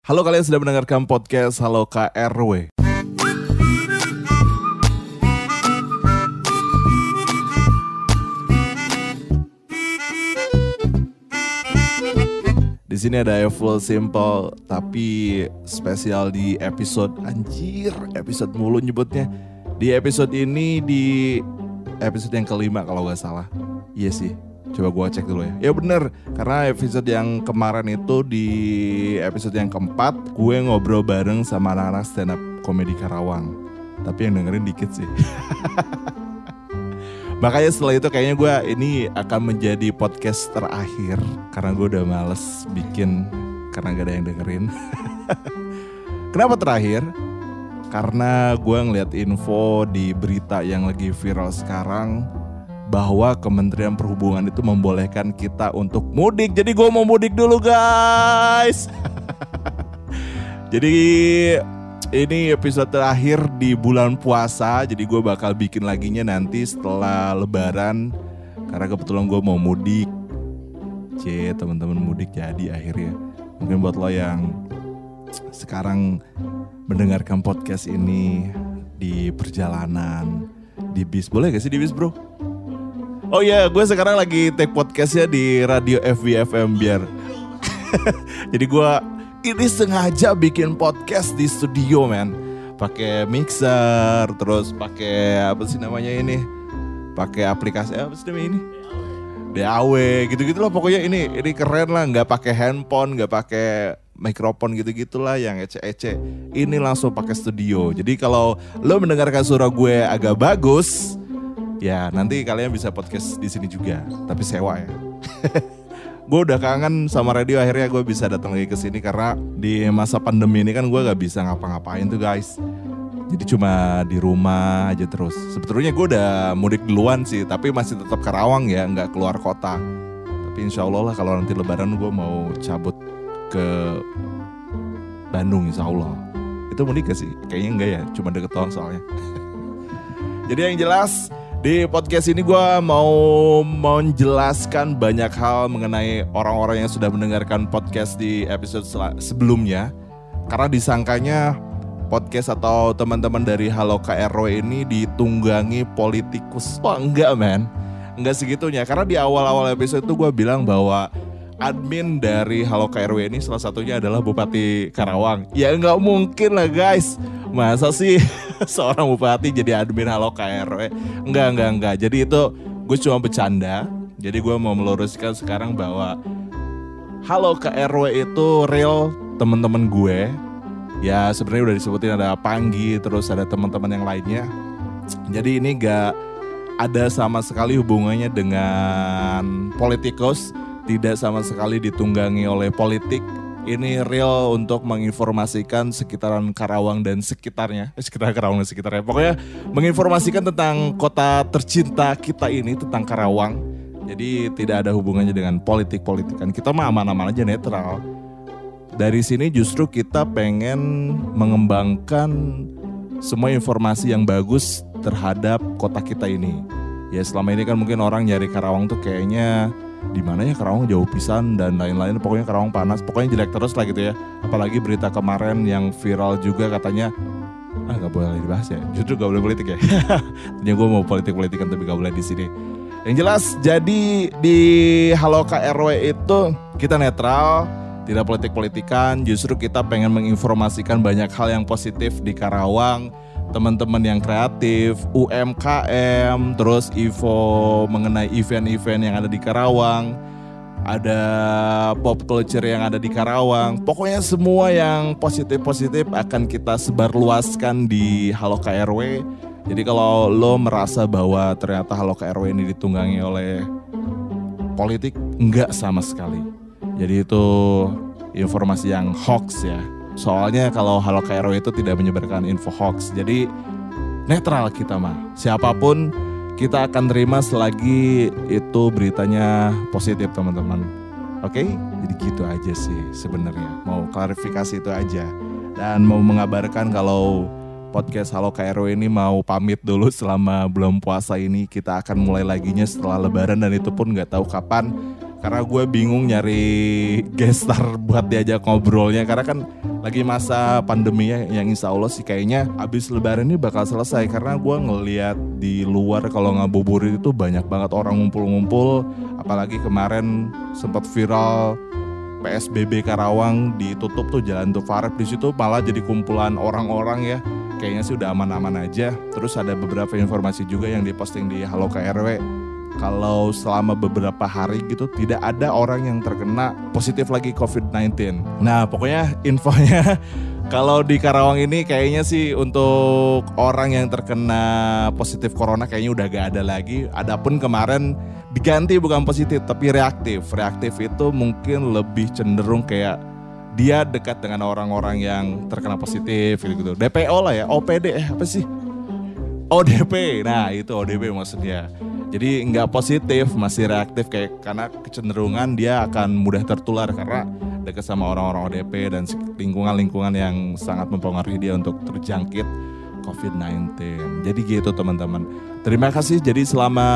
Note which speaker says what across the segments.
Speaker 1: Halo, kalian sudah mendengarkan podcast Halo KRW. Di sini ada Full Simple, tapi spesial di episode episode mulu nyebutnya. Di episode ini, di episode yang kelima kalau gak salah. Iya sih, coba gue cek dulu ya. Ya bener, karena episode yang kemarin itu di episode yang keempat, gue ngobrol bareng sama anak-anak stand up komedi Karawang. Tapi yang dengerin dikit sih. Makanya setelah itu kayaknya gue ini akan menjadi podcast terakhir. Karena gue udah males bikin, karena gak ada yang dengerin. Kenapa terakhir? Karena gue ngeliat info di berita yang lagi viral sekarang bahwa Kementerian Perhubungan itu membolehkan kita untuk mudik. Jadi gue mau mudik dulu guys. Jadi ini episode terakhir di bulan puasa. Jadi gue bakal bikin laginya nanti setelah lebaran. Karena kebetulan gue mau mudik. Teman-teman mudik jadi akhirnya. Mungkin buat lo yang sekarang mendengarkan podcast ini di perjalanan, di bis. Boleh gak sih di bis bro? Oh iya, gue sekarang lagi take podcastnya di radio FBFM biar. Jadi gue ini sengaja bikin podcast di studio men. Pakai mixer, terus pakai apa sih namanya ini? Pakai aplikasi apa sih namanya ini? DAW gitu-gitu lah pokoknya ini keren lah, nggak pakai handphone, nggak pakai mikrofon gitu-gitulah yang ece-ece. Ini langsung pakai studio. Jadi kalau lo mendengarkan suara gue agak bagus, ya nanti kalian bisa podcast di sini juga, tapi sewa ya. Gue udah kangen sama radio, akhirnya gue bisa datang lagi ke sini karena di masa pandemi ini kan gue gak bisa ngapa-ngapain tuh guys. Jadi cuma di rumah aja terus. Sebetulnya gue udah mudik duluan sih, tapi masih tetap Karawang ya, nggak keluar kota. Tapi insya Allah lah kalau nanti lebaran gue mau cabut ke Bandung insya Allah. Itu mudik gak sih? Kayaknya enggak ya, cuma deket doang soalnya. Jadi yang jelas di podcast ini gue mau menjelaskan banyak hal mengenai orang-orang yang sudah mendengarkan podcast di episode sebelumnya. Karena disangkanya podcast atau teman-teman dari Halo KRW ini ditunggangi politikus. Wah enggak men, enggak segitunya. Karena di awal-awal episode itu gue bilang bahwa admin dari Halo KRW ini salah satunya adalah Bupati Karawang. Ya enggak mungkin lah guys. Masa sih seorang bupati jadi admin Halo KRW? Enggak. Jadi itu gue cuma bercanda. Jadi gue mau meluruskan sekarang bahwa Halo KRW itu real teman-teman gue. Ya sebenarnya udah disebutin ada Panggi, terus ada teman-teman yang lainnya. Jadi ini gak ada sama sekali hubungannya dengan politikus. Tidak sama sekali ditunggangi oleh politik. Ini real untuk menginformasikan sekitaran Karawang dan sekitarnya. Sekitar Karawang dan sekitarnya. Pokoknya menginformasikan tentang kota tercinta kita ini, tentang Karawang. Jadi tidak ada hubungannya dengan politik-politikan. Kita mah aman-aman aja, netral. Dari sini justru kita pengen mengembangkan semua informasi yang bagus terhadap kota kita ini. Ya selama ini kan mungkin orang nyari Karawang tuh kayaknya di mana ya, Karawang jauh pisan dan lain-lain. Pokoknya Karawang panas, pokoknya jelek terus lah gitu ya. Apalagi berita kemarin yang viral juga katanya gak boleh dibahas ya. Justru gak boleh politik ya. Tadinya gue mau politik-politikan tapi gak boleh di sini. Yang jelas jadi di Halo KRW itu kita netral, tidak politik-politikan. Justru kita pengen menginformasikan banyak hal yang positif di Karawang. Teman-teman yang kreatif, UMKM, terus info mengenai event-event yang ada di Karawang, ada pop culture yang ada di Karawang. Pokoknya semua yang positif-positif akan kita sebarluaskan di Halo KRW. Jadi kalau lo merasa bahwa ternyata Halo KRW ini ditunggangi oleh politik, enggak sama sekali. Jadi itu informasi yang hoax ya. Soalnya kalau Halo KRW itu tidak menyebarkan info hoax. Jadi netral kita mah. Siapapun kita akan terima selagi itu beritanya positif teman-teman. Oke? Jadi gitu aja sih sebenarnya. Mau klarifikasi itu aja. Dan mau mengabarkan kalau podcast Halo KRW ini mau pamit dulu selama bulan puasa ini. Kita akan mulai laginya setelah lebaran dan itu pun gak tahu kapan. Karena gue bingung nyari guest star buat diajak ngobrolnya. Karena kan lagi masa pandemi ya, yang insya Allah sih kayaknya abis lebaran ini bakal selesai. Karena gue ngeliat di luar kalau ngabuburit itu banyak banget orang ngumpul-ngumpul. Apalagi kemarin sempat viral PSBB Karawang ditutup tuh jalan Tufarep, di situ malah jadi kumpulan orang-orang ya. Kayaknya sih udah aman-aman aja. Terus ada beberapa informasi juga yang diposting di Halo KRW. Kalau selama beberapa hari gitu tidak ada orang yang terkena positif lagi COVID-19. Nah pokoknya infonya kalau di Karawang ini kayaknya sih untuk orang yang terkena positif corona kayaknya udah gak ada lagi. Adapun kemarin diganti bukan positif tapi reaktif. Reaktif itu mungkin lebih cenderung kayak dia dekat dengan orang-orang yang terkena positif gitu. DPO lah ya, OPD apa sih? ODP, nah itu ODP maksudnya. Jadi nggak positif, masih reaktif kayak karena kecenderungan dia akan mudah tertular karena dekat sama orang-orang ODP dan lingkungan-lingkungan yang sangat mempengaruhi dia untuk terjangkit COVID-19. Jadi gitu teman-teman. Terima kasih. Jadi selama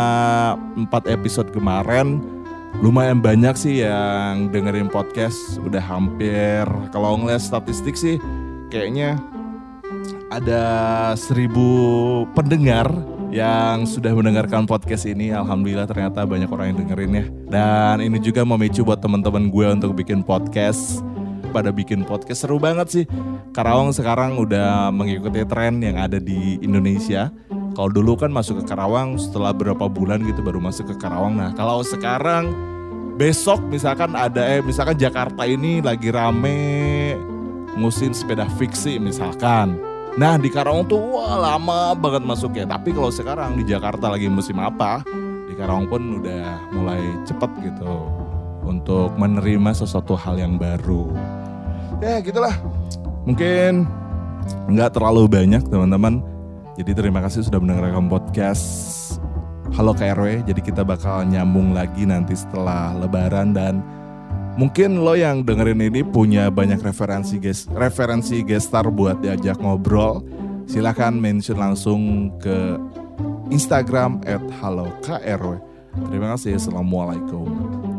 Speaker 1: 4 episode kemarin lumayan banyak sih yang dengerin podcast. Udah hampir, kalau ngeliat statistik sih kayaknya ada 1.000 pendengar yang sudah mendengarkan podcast ini. Alhamdulillah ternyata banyak orang yang dengerin ya. Dan ini juga memicu buat teman-teman gue untuk bikin podcast. Pada bikin podcast seru banget sih. Karawang sekarang udah mengikuti tren yang ada di Indonesia. Kalau dulu kan masuk ke Karawang setelah berapa bulan gitu baru masuk ke Karawang. Nah kalau sekarang besok misalkan ada misalkan Jakarta ini lagi rame musim sepeda fiksi misalkan. Nah di Karawang tuh wah lama banget masuknya. Tapi kalau sekarang di Jakarta lagi musim apa, di Karawang pun udah mulai cepet gitu untuk menerima sesuatu hal yang baru. Ya gitulah, mungkin nggak terlalu banyak teman-teman. Jadi terima kasih sudah mendengarkan podcast Halo KRW. Jadi kita bakal nyambung lagi nanti setelah lebaran. Dan mungkin lo yang dengerin ini punya banyak referensi gestar buat diajak ngobrol. Silahkan mention langsung ke Instagram @halokrw. Terima kasih. Assalamualaikum.